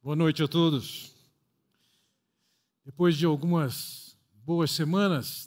Boa noite a todos. Depois de algumas boas semanas,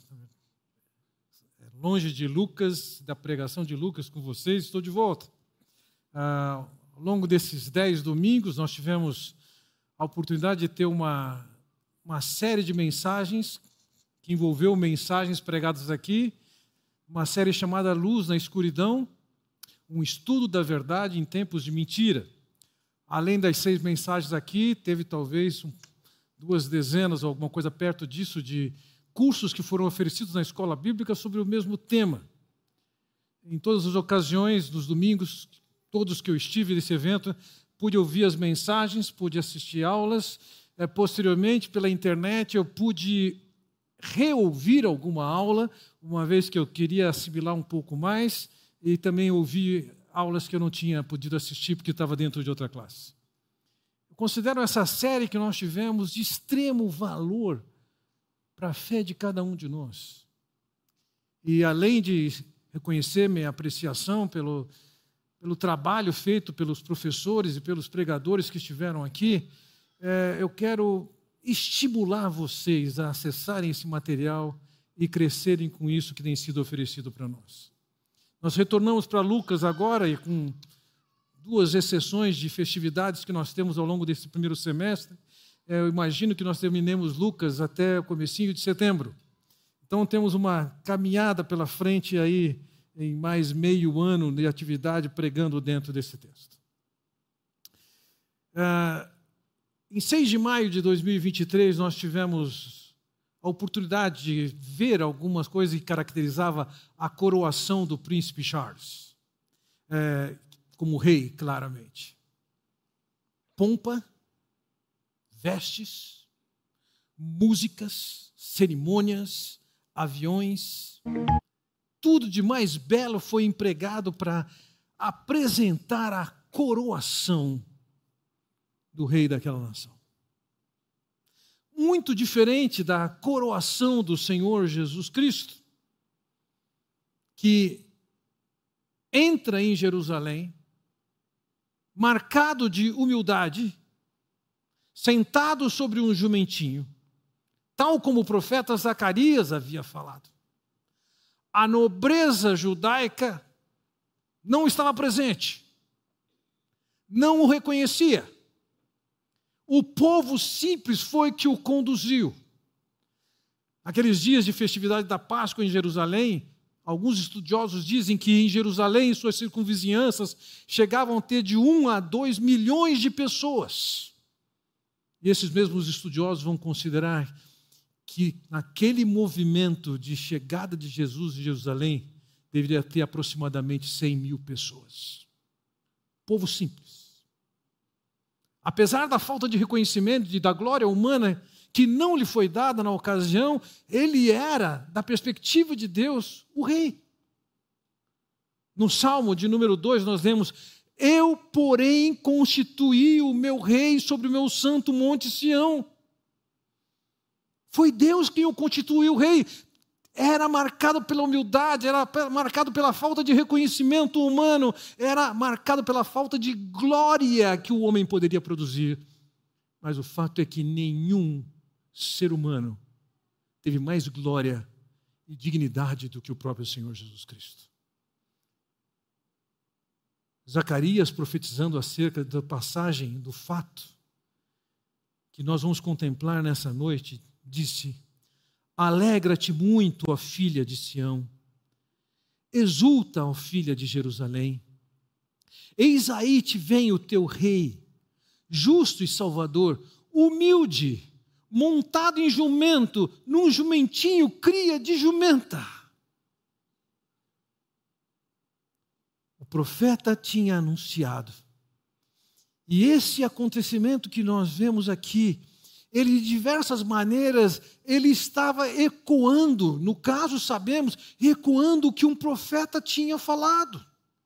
longe de Lucas, da pregação de Lucas com vocês, estou de volta. Ao longo desses 10 domingos, nós tivemos a oportunidade de ter uma série de mensagens que envolveu mensagens pregadas aqui, uma série chamada Luz na Escuridão, um estudo da verdade em tempos de mentira. Além das 6 mensagens aqui, teve talvez 2 dezenas ou alguma coisa perto disso de cursos que foram oferecidos na escola bíblica sobre o mesmo tema. Em todas as ocasiões, nos domingos, todos que eu estive nesse evento, pude ouvir as mensagens, pude assistir aulas. Posteriormente, pela internet, eu pude reouvir alguma aula, uma vez que eu queria assimilar um pouco mais, e também ouvi aulas que eu não tinha podido assistir porque estava dentro de outra classe. Eu considero essa série que nós tivemos de extremo valor para a fé de cada um de nós. E além de reconhecer minha apreciação pelo trabalho feito pelos professores e pelos pregadores que estiveram aqui, eu quero estimular vocês a acessarem esse material e crescerem com isso que tem sido oferecido para nós. Nós retornamos para Lucas agora, e com 2 exceções de festividades que nós temos ao longo desse primeiro semestre, eu imagino que nós terminemos Lucas até o comecinho de setembro. Então temos uma caminhada pela frente aí, em mais meio ano de atividade pregando dentro desse texto. Em 6 de maio de 2023, nós tivemos a oportunidade de ver algumas coisas que caracterizavam a coroação do príncipe Charles, como rei, claramente. Pompa, vestes, músicas, cerimônias, aviões, tudo de mais belo foi empregado para apresentar a coroação do rei daquela nação. Muito diferente da coroação do Senhor Jesus Cristo, que entra em Jerusalém, marcado de humildade, sentado sobre um jumentinho, tal como o profeta Zacarias havia falado. A nobreza judaica não estava presente, não o reconhecia. O povo simples foi que o conduziu. Aqueles dias de festividade da Páscoa em Jerusalém, alguns estudiosos dizem que em Jerusalém e suas circunvizinhanças chegavam a ter de 1 a 2 milhões de pessoas. E esses mesmos estudiosos vão considerar que naquele movimento de chegada de Jesus em Jerusalém deveria ter aproximadamente 100 mil pessoas. Povo simples. Apesar da falta de reconhecimento e da glória humana que não lhe foi dada na ocasião, ele era, da perspectiva de Deus, o rei. No Salmo de número 2 nós lemos: eu, porém, constituí o meu rei sobre o meu santo monte Sião. Foi Deus quem o constituiu rei. Era marcado pela humildade, era marcado pela falta de reconhecimento humano, era marcado pela falta de glória que o homem poderia produzir. Mas o fato é que nenhum ser humano teve mais glória e dignidade do que o próprio Senhor Jesus Cristo. Zacarias, profetizando acerca da passagem, do fato que nós vamos contemplar nessa noite, disse: alegra-te muito, ó filha de Sião. Exulta, ó filha de Jerusalém. Eis aí te vem o teu rei, justo e salvador, humilde, montado em jumento, num jumentinho cria de jumenta. O profeta tinha anunciado. E esse acontecimento que nós vemos aqui, ele de diversas maneiras, ele estava ecoando, no caso sabemos, ecoando o que um profeta tinha falado.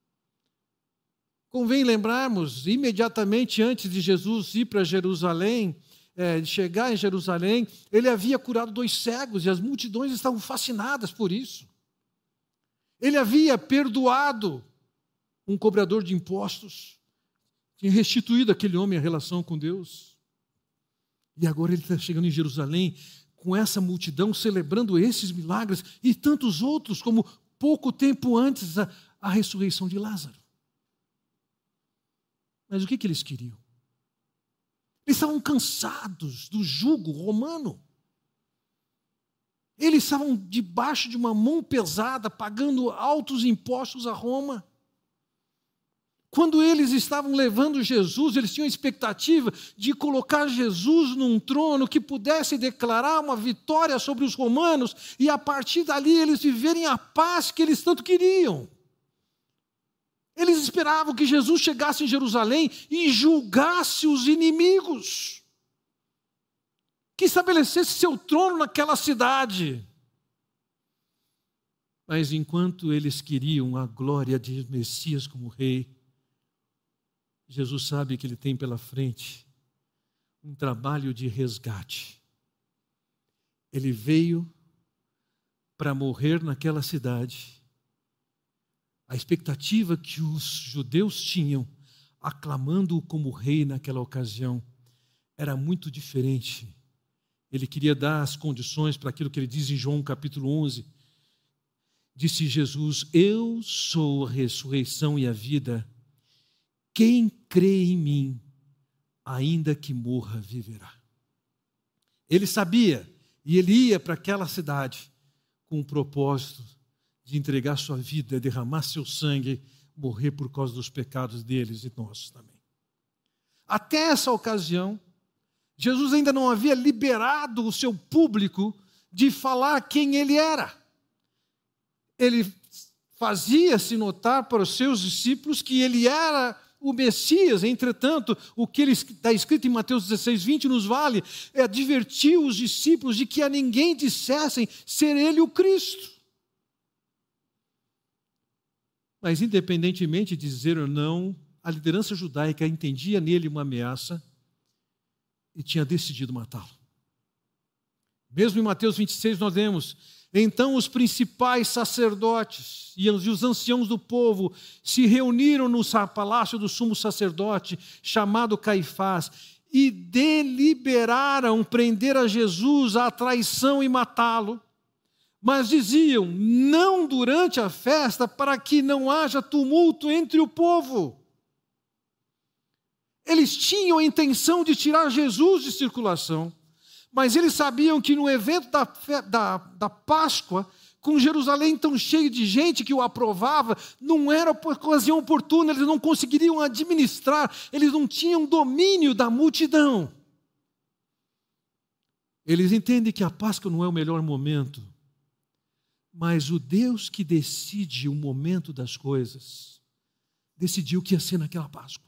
Convém lembrarmos, imediatamente antes de Jesus ir para Jerusalém, chegar em Jerusalém, ele havia curado 2 cegos e as multidões estavam fascinadas por isso. Ele havia perdoado um cobrador de impostos, tinha restituído aquele homem a relação com Deus. E agora ele está chegando em Jerusalém com essa multidão celebrando esses milagres e tantos outros, como pouco tempo antes a ressurreição de Lázaro. Mas o que eles queriam? Eles estavam cansados do jugo romano. Eles estavam debaixo de uma mão pesada, pagando altos impostos a Roma. Quando eles estavam levando Jesus, eles tinham a expectativa de colocar Jesus num trono que pudesse declarar uma vitória sobre os romanos e a partir dali eles viverem a paz que eles tanto queriam. Eles esperavam que Jesus chegasse em Jerusalém e julgasse os inimigos, que estabelecesse seu trono naquela cidade. Mas enquanto eles queriam a glória de Messias como rei, Jesus sabe que ele tem pela frente um trabalho de resgate. Ele veio para morrer naquela cidade. A expectativa que os judeus tinham, aclamando-o como rei naquela ocasião, era muito diferente. Ele queria dar as condições para aquilo que ele diz em João capítulo 11. Disse Jesus: eu sou a ressurreição e a vida. Quem crê em mim, ainda que morra, viverá. Ele sabia, e ele ia para aquela cidade com o propósito de entregar sua vida, derramar seu sangue, morrer por causa dos pecados deles e nossos também. Até essa ocasião, Jesus ainda não havia liberado o seu público de falar quem ele era. Ele fazia-se notar para os seus discípulos que ele era o Messias. Entretanto, o que ele está escrito em Mateus 16, 20 nos vale é advertir os discípulos de que a ninguém dissessem ser ele o Cristo. Mas independentemente de dizer ou não, a liderança judaica entendia nele uma ameaça e tinha decidido matá-lo. Mesmo em Mateus 26 nós lemos: então os principais sacerdotes e os anciãos do povo se reuniram no palácio do sumo sacerdote, chamado Caifás, e deliberaram prender a Jesus à traição e matá-lo. Mas diziam: não durante a festa, para que não haja tumulto entre o povo. Eles tinham a intenção de tirar Jesus de circulação, mas eles sabiam que no evento da Páscoa, com Jerusalém tão cheio de gente que o aprovava, não era ocasião oportuna, eles não conseguiriam administrar, eles não tinham domínio da multidão. Eles entendem que a Páscoa não é o melhor momento, mas o Deus que decide o momento das coisas, decidiu que ia ser naquela Páscoa.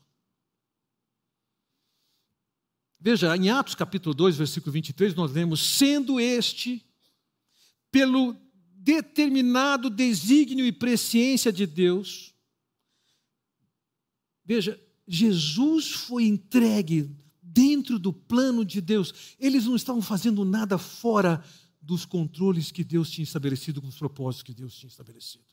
Veja, em Atos capítulo 2, versículo 23, nós lemos: sendo este, pelo determinado desígnio e presciência de Deus. Veja, Jesus foi entregue dentro do plano de Deus. Eles não estavam fazendo nada fora dos controles que Deus tinha estabelecido, com os propósitos que Deus tinha estabelecido.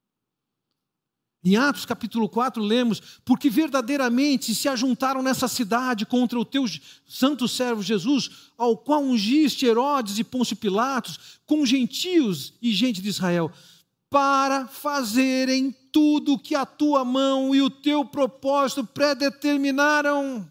Em Atos capítulo 4 lemos: porque verdadeiramente se ajuntaram nessa cidade contra o teu santo servo Jesus, ao qual ungiste Herodes e Pôncio Pilatos, com gentios e gente de Israel, para fazerem tudo o que a tua mão e o teu propósito predeterminaram.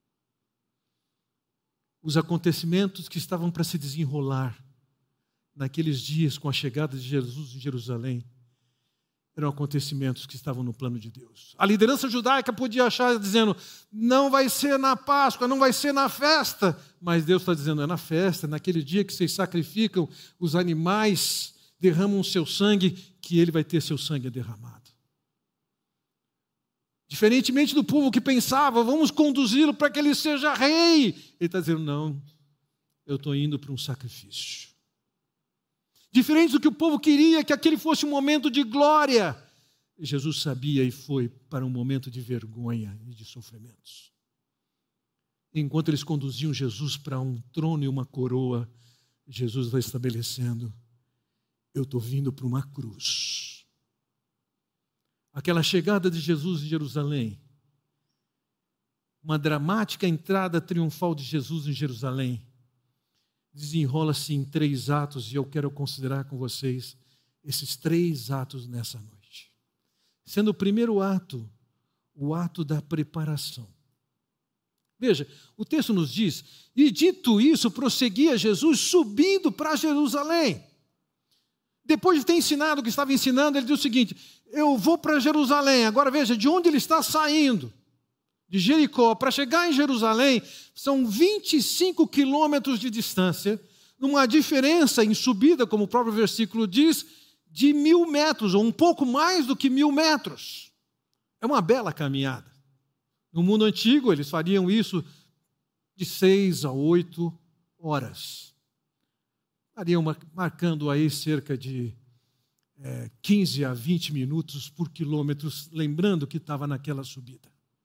Os acontecimentos que estavam para se desenrolar naqueles dias com a chegada de Jesus em Jerusalém eram acontecimentos que estavam no plano de Deus. A liderança judaica podia achar dizendo: não vai ser na Páscoa, não vai ser na festa. Mas Deus está dizendo: é na festa, naquele dia que vocês sacrificam os animais, derramam o seu sangue, que ele vai ter seu sangue derramado. Diferentemente do povo que pensava: vamos conduzi-lo para que ele seja rei. Ele está dizendo: não, eu estou indo para um sacrifício. Diferente do que o povo queria, que aquele fosse um momento de glória, Jesus sabia e foi para um momento de vergonha e de sofrimentos. Enquanto eles conduziam Jesus para um trono e uma coroa, Jesus vai estabelecendo: eu estou vindo para uma cruz. Aquela chegada de Jesus em Jerusalém uma dramática entrada triunfal de Jesus em Jerusalém, desenrola-se em 3 atos, e eu quero considerar com vocês esses 3 atos nessa noite. Sendo o primeiro ato, o ato da preparação. Veja, o texto nos diz, e dito isso, prosseguia Jesus subindo para Jerusalém. Depois de ter ensinado o que estava ensinando, ele diz o seguinte: eu vou para Jerusalém. Agora veja, de onde ele está saindo? De Jericó. Para chegar em Jerusalém, são 25 quilômetros de distância, numa diferença em subida, como o próprio versículo diz, de 1.000 metros, ou um pouco mais do que 1.000 metros. É uma bela caminhada. No mundo antigo, eles fariam isso de 6 a 8 horas. Estariam marcando aí cerca de 15 a 20 minutos por quilômetro, lembrando que estava naquela subida.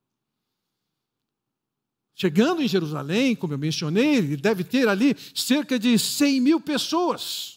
Chegando em Jerusalém, como eu mencionei, ele deve ter ali cerca de 100.000 pessoas.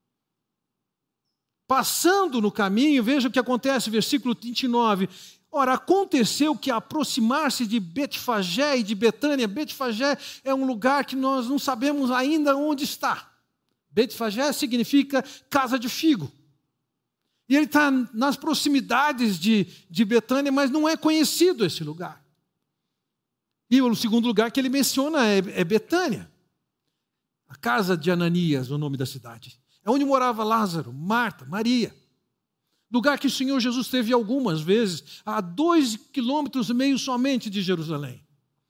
Passando no caminho, veja o que acontece, versículo 29. Ora, aconteceu que, aproximar-se de Betfagé e de Betânia, Betfagé é um lugar que nós não sabemos ainda onde está. Betfagé significa casa de figo. E ele está nas proximidades de Betânia, mas não é conhecido esse lugar. E o segundo lugar que ele menciona é Betânia. A casa de Ananias, o nome da cidade. É onde morava Lázaro, Marta, Maria. Lugar que o Senhor Jesus esteve algumas vezes, a 2,5 quilômetros somente de Jerusalém.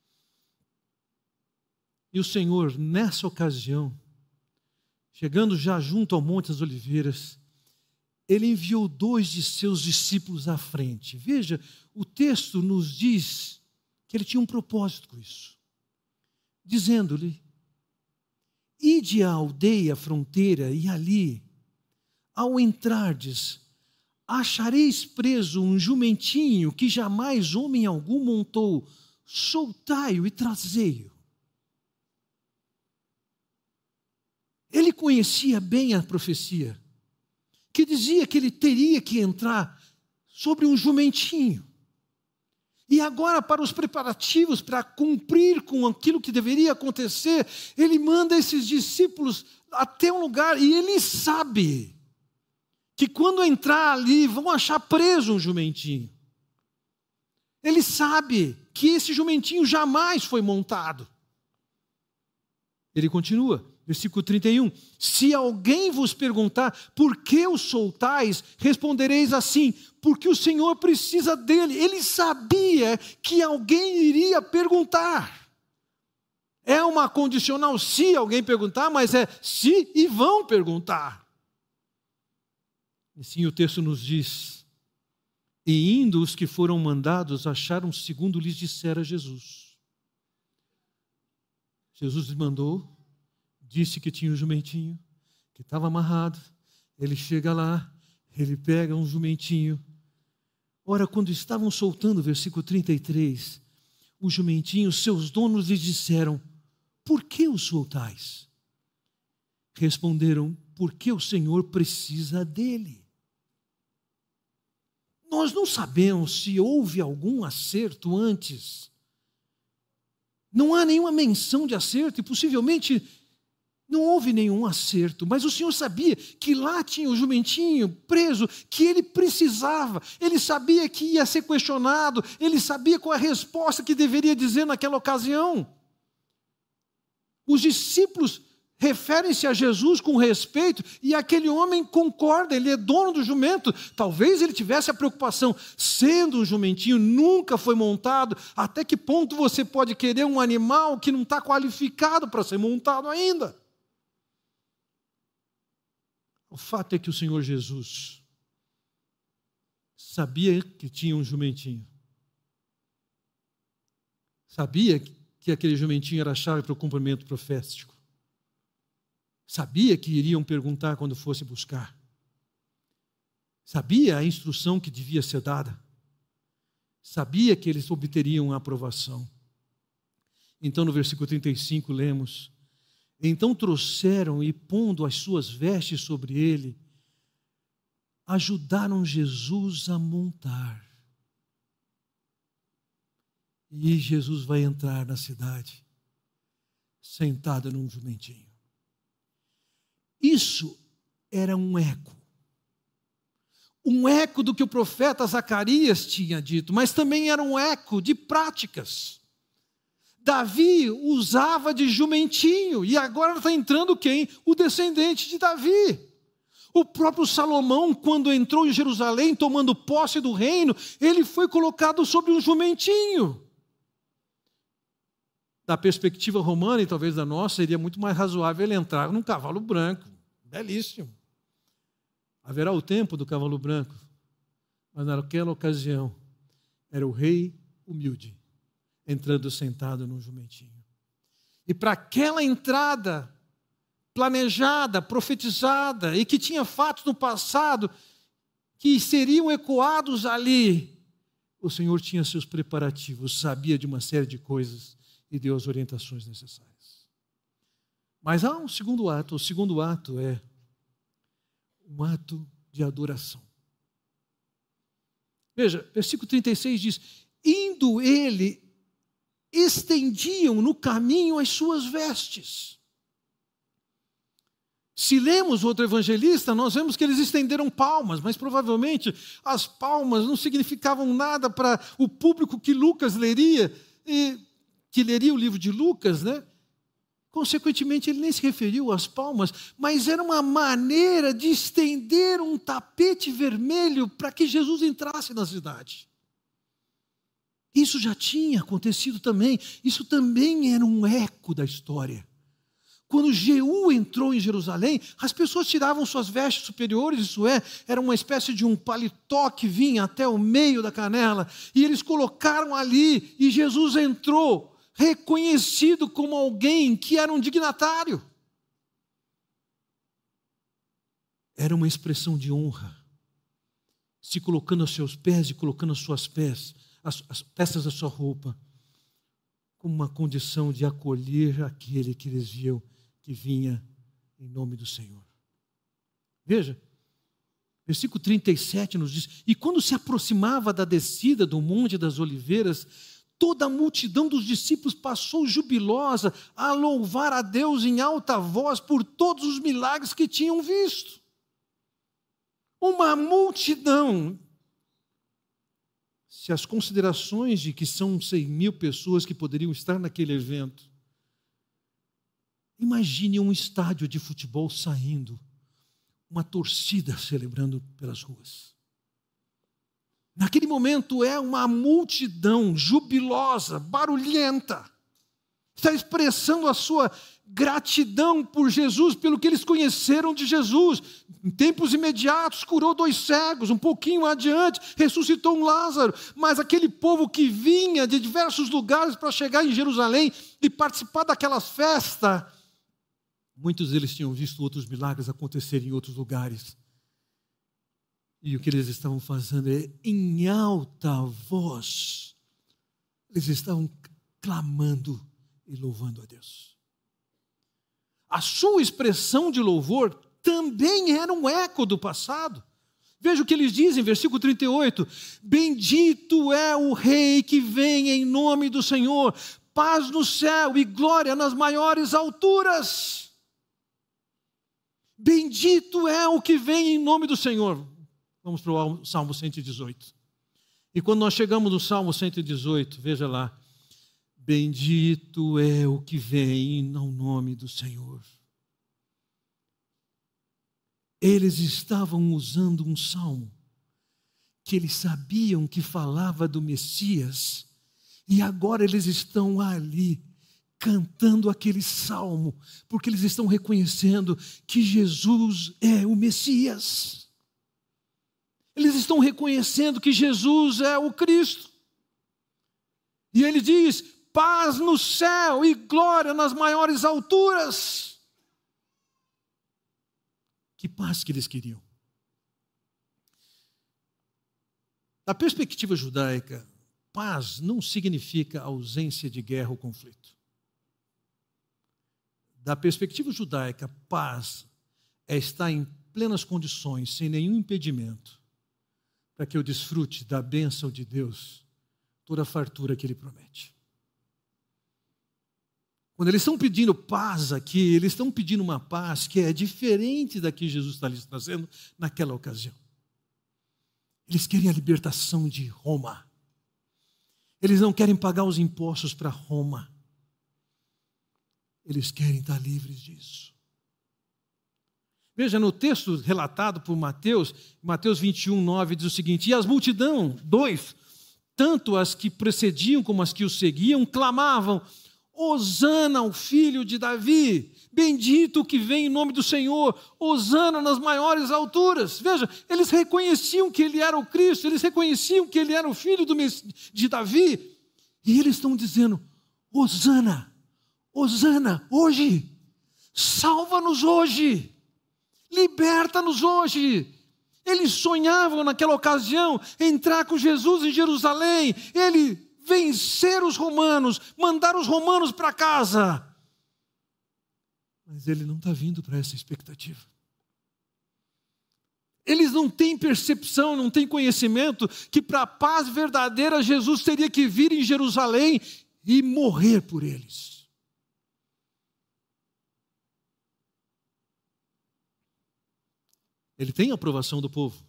E o Senhor, nessa ocasião, chegando já junto ao Monte das Oliveiras, ele enviou 2 de seus discípulos à frente. Veja, o texto nos diz que ele tinha um propósito com isso. Dizendo-lhe: ide à aldeia fronteira e ali, ao entrardes, achareis preso um jumentinho que jamais homem algum montou, soltai-o e trazei-o. Ele conhecia bem a profecia, que dizia que ele teria que entrar sobre um jumentinho. E agora, para os preparativos, para cumprir com aquilo que deveria acontecer, ele manda esses discípulos até um lugar, e ele sabe que quando entrar ali, vão achar preso um jumentinho. Ele sabe que esse jumentinho jamais foi montado. Ele continua, versículo 31. Se alguém vos perguntar por que o soltais, respondereis assim: porque o Senhor precisa dele. Ele sabia que alguém iria perguntar. É uma condicional se alguém perguntar, mas é se e vão perguntar. E sim, o texto nos diz: e indo os que foram mandados, acharam segundo lhes dissera Jesus. Jesus lhes mandou, disse que tinha um jumentinho, que estava amarrado. Ele chega lá, ele pega um jumentinho. Ora, quando estavam soltando, versículo 33, o jumentinho, seus donos lhes disseram: por que o soltais? Responderam: porque o Senhor precisa dele. Nós não sabemos se houve algum acerto antes. Não há nenhuma menção de acerto e possivelmente não houve nenhum acerto. Mas o Senhor sabia que lá tinha o jumentinho preso, que ele precisava. Ele sabia que ia ser questionado. Ele sabia qual a resposta que deveria dizer naquela ocasião. Os discípulos referem-se a Jesus com respeito e aquele homem concorda, ele é dono do jumento. Talvez ele tivesse a preocupação, sendo um jumentinho, nunca foi montado, até que ponto você pode querer um animal que não está qualificado para ser montado ainda? O fato é que o Senhor Jesus sabia que tinha um jumentinho. Sabia que aquele jumentinho era a chave para o cumprimento profético. Sabia que iriam perguntar quando fosse buscar. Sabia a instrução que devia ser dada. Sabia que eles obteriam a aprovação. Então, no versículo 35, lemos: então trouxeram e, pondo as suas vestes sobre ele, ajudaram Jesus a montar. E Jesus vai entrar na cidade, sentado num jumentinho. Isso era um eco do que o profeta Zacarias tinha dito, mas também era um eco de práticas. Davi usava de jumentinho, e agora está entrando quem? O descendente de Davi. O próprio Salomão, quando entrou em Jerusalém, tomando posse do reino, ele foi colocado sobre um jumentinho. Da perspectiva romana, e talvez da nossa, seria muito mais razoável ele entrar num cavalo branco, belíssimo. Haverá o tempo do cavalo branco, mas naquela ocasião era o rei humilde, entrando sentado num jumentinho. E para aquela entrada planejada, profetizada, e que tinha fatos no passado que seriam ecoados ali, o Senhor tinha seus preparativos, sabia de uma série de coisas e deu as orientações necessárias. Mas há um segundo ato. O segundo ato é um ato de adoração. Veja, versículo 36 diz: indo ele, estendiam no caminho as suas vestes. Se lemos outro evangelista, nós vemos que eles estenderam palmas, mas provavelmente as palmas não significavam nada para o público que Lucas leria, que leria o livro de Lucas, né? Consequentemente, ele nem se referiu às palmas, mas era uma maneira de estender um tapete vermelho para que Jesus entrasse na cidade. Isso já tinha acontecido também, isso também era um eco da história. Quando Jeú entrou em Jerusalém, as pessoas tiravam suas vestes superiores, isso é, era uma espécie de um paletó que vinha até o meio da canela, e eles colocaram ali, e Jesus entrou, reconhecido como alguém que era um dignatário. Era uma expressão de honra, se colocando aos seus pés e colocando as suas as peças da sua roupa, como uma condição de acolher aquele que eles viam que vinha em nome do Senhor. Veja, versículo 37 nos diz: e quando se aproximava da descida do Monte das Oliveiras, toda a multidão dos discípulos passou jubilosa a louvar a Deus em alta voz por todos os milagres que tinham visto. Uma multidão. Se as considerações de que são 100.000 pessoas que poderiam estar naquele evento, imagine um estádio de futebol saindo, uma torcida celebrando pelas ruas. Naquele momento é uma multidão jubilosa, barulhenta, está expressando a sua gratidão por Jesus, pelo que eles conheceram de Jesus. Em tempos imediatos curou 2 cegos, um pouquinho adiante ressuscitou um Lázaro, mas aquele povo que vinha de diversos lugares para chegar em Jerusalém e participar daquela festa, muitos deles tinham visto outros milagres acontecerem em outros lugares. E o que eles estavam fazendo é, em alta voz, eles estavam clamando e louvando a Deus. A sua expressão de louvor também era um eco do passado. Veja o que eles dizem, versículo 38. Bendito é o Rei que vem em nome do Senhor, paz no céu e glória nas maiores alturas. Bendito é o que vem em nome do Senhor. Vamos para o Salmo 118. E quando nós chegamos no Salmo 118, veja lá. Bendito é o que vem no nome do Senhor. Eles estavam usando um salmo que eles sabiam que falava do Messias, e agora eles estão ali cantando aquele salmo, porque eles estão reconhecendo que Jesus é o Messias. Eles estão reconhecendo que Jesus é o Cristo. E ele diz: paz no céu e glória nas maiores alturas. Que paz que eles queriam. Da perspectiva judaica, paz não significa ausência de guerra ou conflito. Da perspectiva judaica, paz é estar em plenas condições, sem nenhum impedimento, para que eu desfrute da bênção de Deus toda a fartura que Ele promete. Quando eles estão pedindo paz aqui, eles estão pedindo uma paz que é diferente da que Jesus está lhes trazendo naquela ocasião. Eles querem a libertação de Roma. Eles não querem pagar os impostos para Roma. Eles querem estar livres disso. Veja, no texto relatado por Mateus 21:9, diz o seguinte: e as multidão, tanto as que precediam como as que o seguiam, clamavam: Hosana ao filho de Davi, bendito o que vem em nome do Senhor, Hosana nas maiores alturas. Veja, eles reconheciam que ele era o Cristo, eles reconheciam que ele era o filho de Davi, e eles estão dizendo: Hosana, Hosana, hoje, salva-nos hoje, liberta-nos hoje. Eles sonhavam naquela ocasião entrar com Jesus em Jerusalém, ele vencer os romanos, mandar os romanos para casa. Mas ele não está vindo para essa expectativa. Eles não têm percepção, não têm conhecimento que para a paz verdadeira Jesus teria que vir em Jerusalém e morrer por eles. Ele tem a aprovação do povo.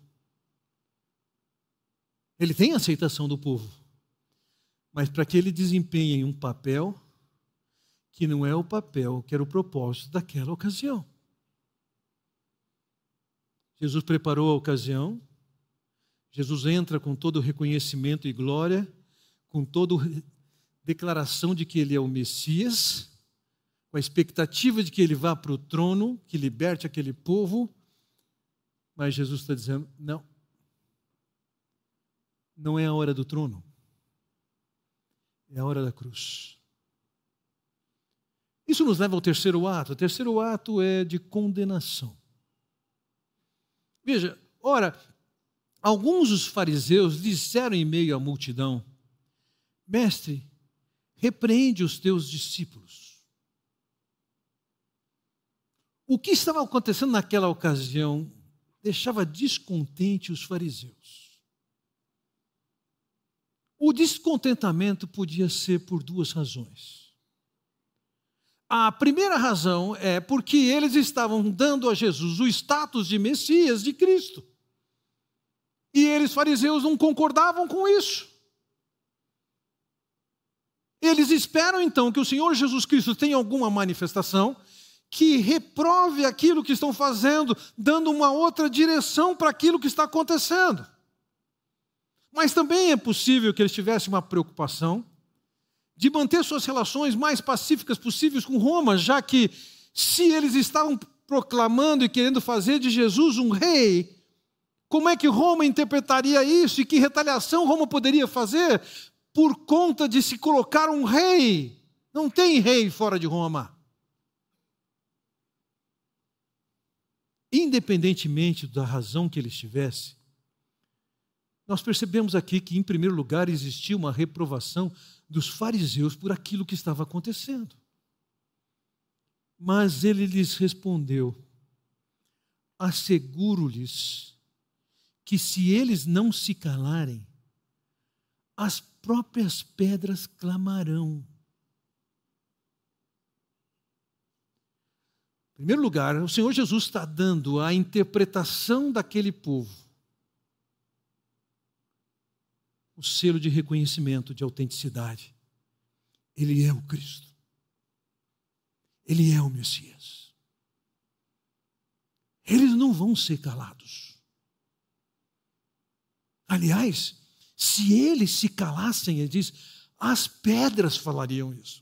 Ele tem a aceitação do povo. Mas para que ele desempenhe um papel que não é o papel que era o propósito daquela ocasião. Jesus preparou a ocasião, Jesus entra com todo o reconhecimento e glória, com toda a declaração de que ele é o Messias, com a expectativa de que ele vá para o trono, que liberte aquele povo, mas Jesus está dizendo: não é a hora do trono. É a hora da cruz. Isso nos leva ao terceiro ato. O terceiro ato é de condenação. Veja, ora, alguns dos fariseus disseram em meio à multidão: Mestre, repreende os teus discípulos. O que estava acontecendo naquela ocasião deixava descontente os fariseus. O descontentamento podia ser por duas razões. A primeira razão é porque eles estavam dando a Jesus o status de Messias, de Cristo. E eles, fariseus, não concordavam com isso. Eles esperam então que o Senhor Jesus Cristo tenha alguma manifestação que reprove aquilo que estão fazendo, dando uma outra direção para aquilo que está acontecendo. Mas também é possível que eles tivessem uma preocupação de manter suas relações mais pacíficas possíveis com Roma, já que se eles estavam proclamando e querendo fazer de Jesus um rei, como é que Roma interpretaria isso e que retaliação Roma poderia fazer por conta de se colocar um rei? Não tem rei fora de Roma. Independentemente da razão que eles tivessem, nós percebemos aqui que, em primeiro lugar, existia uma reprovação dos fariseus por aquilo que estava acontecendo. Mas ele lhes respondeu: asseguro-lhes que se eles não se calarem, as próprias pedras clamarão. Em primeiro lugar, o Senhor Jesus está dando a interpretação daquele povo o selo de reconhecimento, de autenticidade. Ele é o Cristo. Ele é o Messias. Eles não vão ser calados. Aliás, se eles se calassem, ele diz, as pedras falariam isso.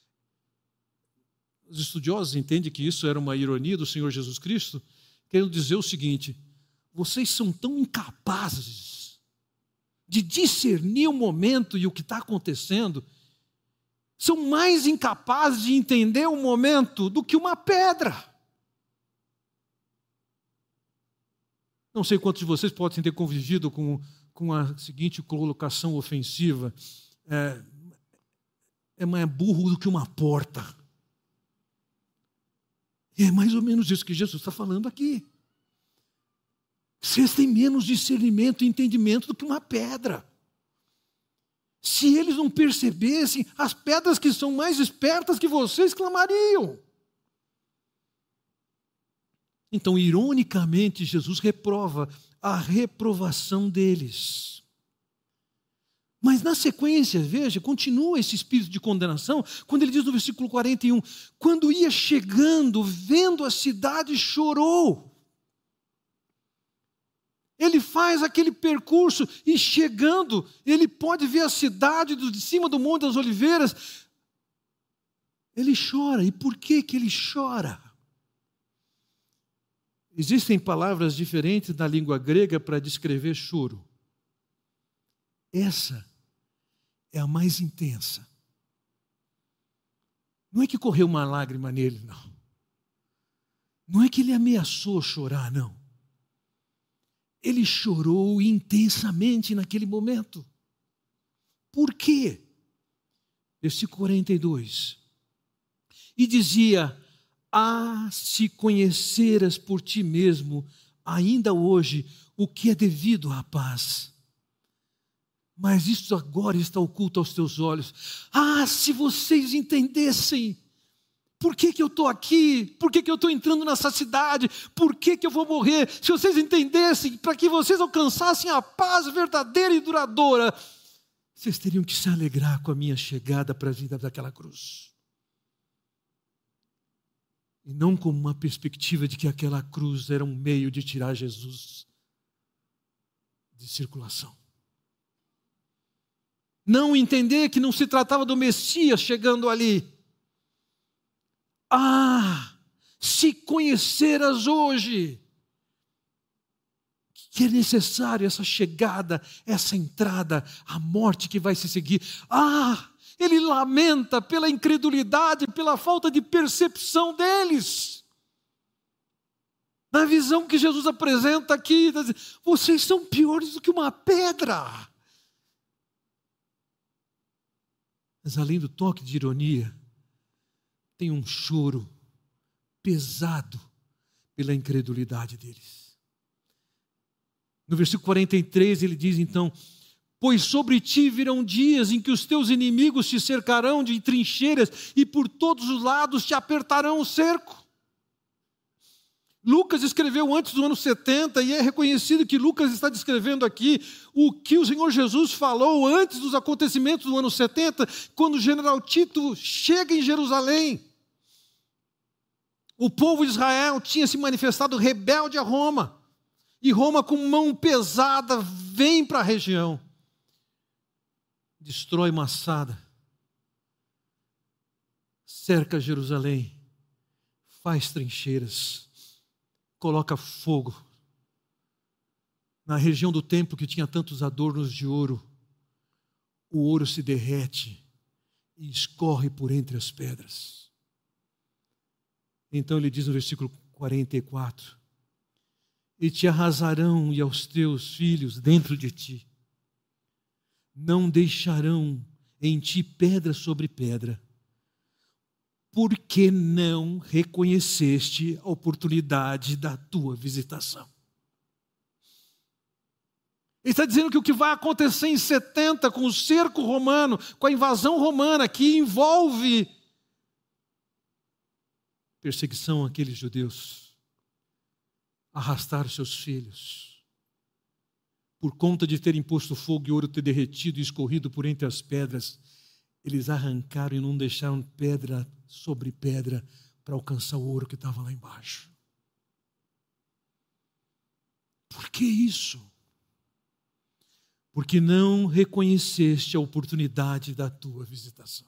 Os estudiosos entendem que isso era uma ironia do Senhor Jesus Cristo, querendo dizer o seguinte: vocês são tão incapazes de discernir o momento e o que está acontecendo, são mais incapazes de entender o momento do que uma pedra. Não sei quantos de vocês podem ter convivido com a seguinte colocação ofensiva: é mais burro do que uma porta. E é mais ou menos isso que Jesus está falando aqui. Vocês têm menos discernimento e entendimento do que uma pedra. Se eles não percebessem, as pedras que são mais espertas que vocês clamariam. Então, ironicamente, Jesus reprova a reprovação deles. Mas na sequência, veja, continua esse espírito de condenação, quando ele diz no versículo 41, quando ia chegando, vendo a cidade, chorou. Ele faz aquele percurso e chegando, ele pode ver a cidade de cima do Monte das Oliveiras. Ele chora. E por que que ele chora? Existem palavras diferentes na língua grega para descrever choro. Essa é a mais intensa. Não é que correu uma lágrima nele, não. Não é que ele ameaçou chorar, não. Ele chorou intensamente naquele momento. Por quê? Versículo 42. E dizia: ah, se conheceras por ti mesmo, ainda hoje, o que é devido à paz. Mas isso agora está oculto aos teus olhos. Ah, se vocês entendessem, por que que eu estou aqui? Por que que eu estou entrando nessa cidade? Por que que eu vou morrer? Se vocês entendessem, para que vocês alcançassem a paz verdadeira e duradoura, vocês teriam que se alegrar com a minha chegada para a vida daquela cruz. E não como uma perspectiva de que aquela cruz era um meio de tirar Jesus de circulação. Não entender que não se tratava do Messias chegando ali. Ah, se conheceras hoje, que é necessário essa chegada, essa entrada, a morte que vai se seguir. Ah, ele lamenta pela incredulidade, pela falta de percepção deles. Na visão que Jesus apresenta aqui, vocês são piores do que uma pedra. Mas além do toque de ironia, tem um choro pesado pela incredulidade deles. No versículo 43 ele diz então: pois sobre ti virão dias em que os teus inimigos te cercarão de trincheiras e por todos os lados te apertarão o cerco. Lucas escreveu antes do ano 70 e é reconhecido que Lucas está descrevendo aqui o que o Senhor Jesus falou antes dos acontecimentos do ano 70, quando o general Tito chega em Jerusalém. O povo de Israel tinha se manifestado rebelde a Roma, e Roma, com mão pesada, vem para a região, destrói Massada, cerca Jerusalém, faz trincheiras, coloca fogo. Na região do templo que tinha tantos adornos de ouro, o ouro se derrete e escorre por entre as pedras. Então ele diz no versículo 44, e te arrasarão e aos teus filhos dentro de ti. Não deixarão em ti pedra sobre pedra, porque não reconheceste a oportunidade da tua visitação. Ele está dizendo que o que vai acontecer em 70 com o cerco romano, com a invasão romana, que envolve perseguição àqueles judeus, arrastar os seus filhos, por conta de terem posto fogo e ouro ter derretido e escorrido por entre as pedras, eles arrancaram e não deixaram pedra sobre pedra para alcançar o ouro que estava lá embaixo. Por que isso? Porque não reconheceste a oportunidade da tua visitação.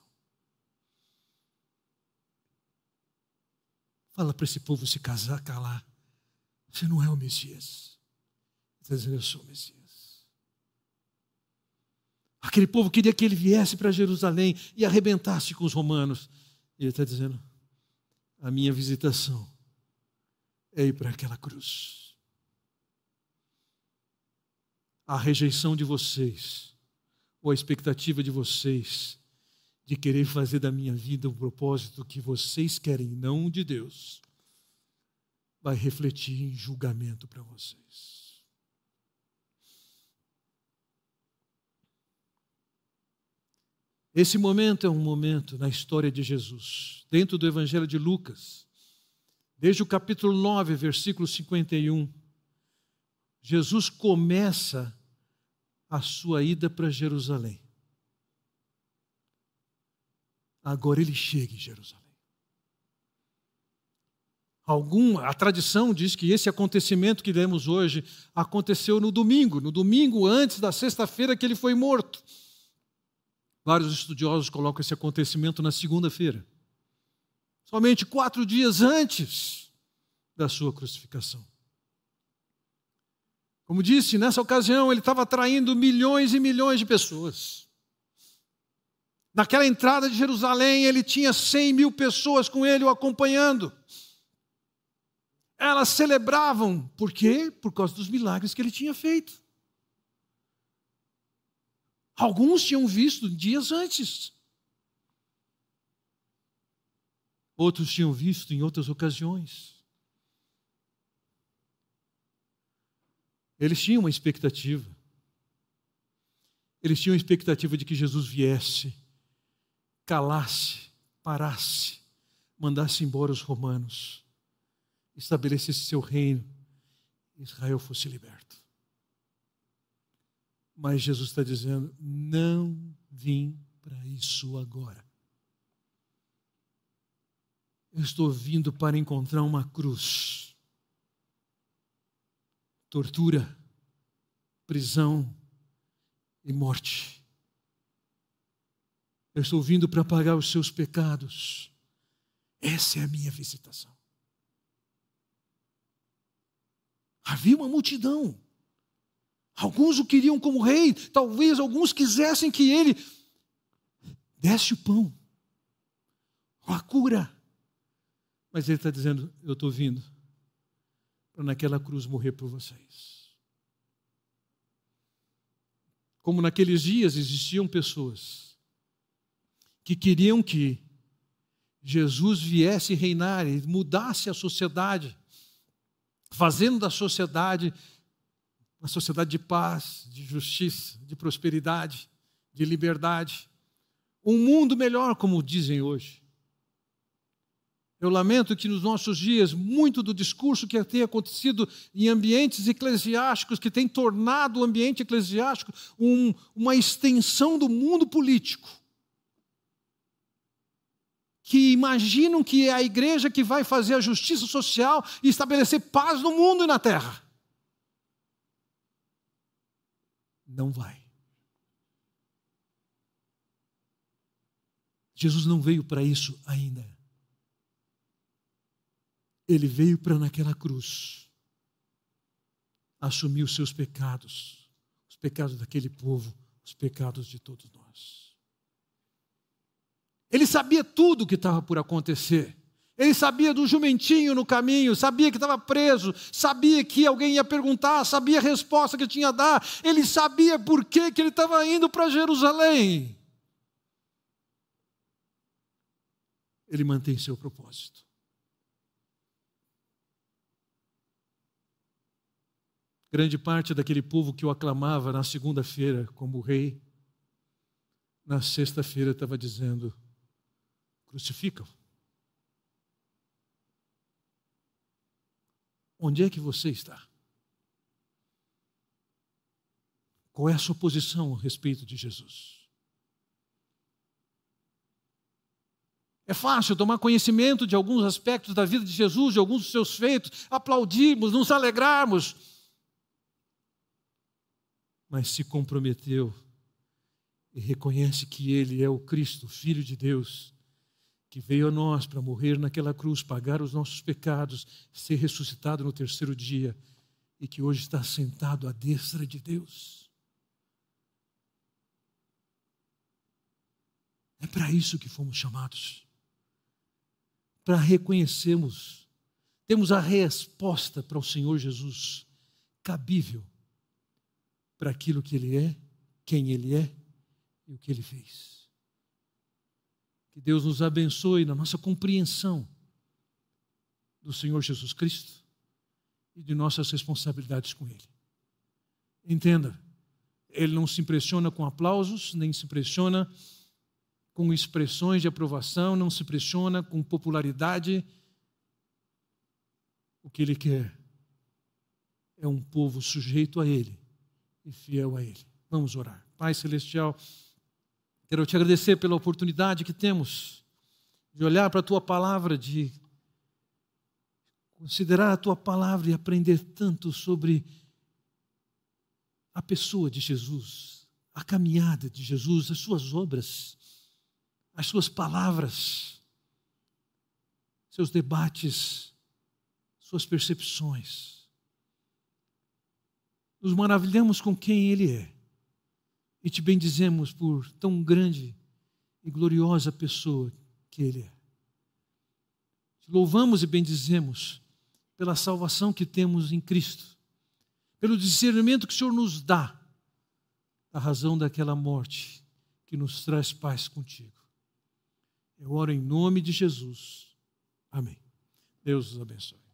Fala para esse povo se calar. Você não é o Messias. Ele está dizendo: eu sou o Messias. Aquele povo queria que ele viesse para Jerusalém e arrebentasse com os romanos. E ele está dizendo: a minha visitação é ir para aquela cruz. A rejeição de vocês, ou a expectativa de vocês, de querer fazer da minha vida um propósito que vocês querem, não de Deus, vai refletir em julgamento para vocês. Esse momento é um momento na história de Jesus, dentro do Evangelho de Lucas, desde o capítulo 9, versículo 51, Jesus começa a sua ida para Jerusalém. Agora ele chega em Jerusalém. A tradição diz que esse acontecimento que lemos hoje aconteceu no domingo antes da sexta-feira que ele foi morto. Vários estudiosos colocam esse acontecimento na segunda-feira, somente 4 dias antes da sua crucificação. Como disse, nessa ocasião ele estava atraindo milhões e milhões de pessoas. Naquela entrada de Jerusalém ele tinha 100 mil pessoas com ele o acompanhando. Elas celebravam, por quê? Por causa dos milagres que ele tinha feito. Alguns tinham visto dias antes. Outros tinham visto em outras ocasiões. Eles tinham uma expectativa. Eles tinham a expectativa de que Jesus viesse, calasse, parasse, mandasse embora os romanos, estabelecesse seu reino, e Israel fosse liberto. Mas Jesus está dizendo, não vim para isso agora. Eu estou vindo para encontrar uma cruz. Tortura, prisão e morte. Eu estou vindo para pagar os seus pecados. Essa é a minha visitação. Havia uma multidão. Alguns o queriam como rei. Talvez alguns quisessem que ele desse o pão, a cura. Mas ele está dizendo, eu estou vindo para naquela cruz morrer por vocês. Como naqueles dias existiam pessoas que queriam que Jesus viesse reinar e mudasse a sociedade, fazendo da sociedade uma sociedade de paz, de justiça, de prosperidade, de liberdade. Um mundo melhor, como dizem hoje. Eu lamento que nos nossos dias, muito do discurso que tem acontecido em ambientes eclesiásticos, que tem tornado o ambiente eclesiástico uma extensão do mundo político, que imaginam que é a igreja que vai fazer a justiça social e estabelecer paz no mundo e na terra. Não vai. Jesus não veio para isso ainda. Ele veio para naquela cruz assumir os seus pecados, os pecados daquele povo, os pecados de todos nós. Ele sabia tudo o que estava por acontecer. Ele sabia do jumentinho no caminho, sabia que estava preso, sabia que alguém ia perguntar, sabia a resposta que tinha a dar. Ele sabia por que ele estava indo para Jerusalém. Ele mantém seu propósito. Grande parte daquele povo que o aclamava na segunda-feira como rei, na sexta-feira estava dizendo, crucificam. Onde é que você está? Qual é a sua posição a respeito de Jesus? É fácil tomar conhecimento de alguns aspectos da vida de Jesus, de alguns dos seus feitos, aplaudirmos, nos alegrarmos. Mas se comprometeu e reconhece que Ele é o Cristo, Filho de Deus, que veio a nós para morrer naquela cruz, pagar os nossos pecados, ser ressuscitado no terceiro dia e que hoje está sentado à destra de Deus. É para isso que fomos chamados. Para reconhecermos, temos a resposta para o Senhor Jesus, cabível para aquilo que Ele é, quem Ele é e o que Ele fez. Que Deus nos abençoe na nossa compreensão do Senhor Jesus Cristo e de nossas responsabilidades com Ele. Entenda, Ele não se impressiona com aplausos, nem se impressiona com expressões de aprovação, não se impressiona com popularidade. O que Ele quer é um povo sujeito a Ele e fiel a Ele. Vamos orar. Pai Celestial, quero te agradecer pela oportunidade que temos de olhar para a Tua Palavra, de considerar a Tua Palavra e aprender tanto sobre a pessoa de Jesus, a caminhada de Jesus, as Suas obras, as Suas palavras, seus debates, Suas percepções. Nos maravilhamos com quem Ele é e te bendizemos por tão grande e gloriosa pessoa que Ele é. Te louvamos e bendizemos pela salvação que temos em Cristo, pelo discernimento que o Senhor nos dá, a razão daquela morte que nos traz paz contigo. Eu oro em nome de Jesus. Amém. Deus os abençoe.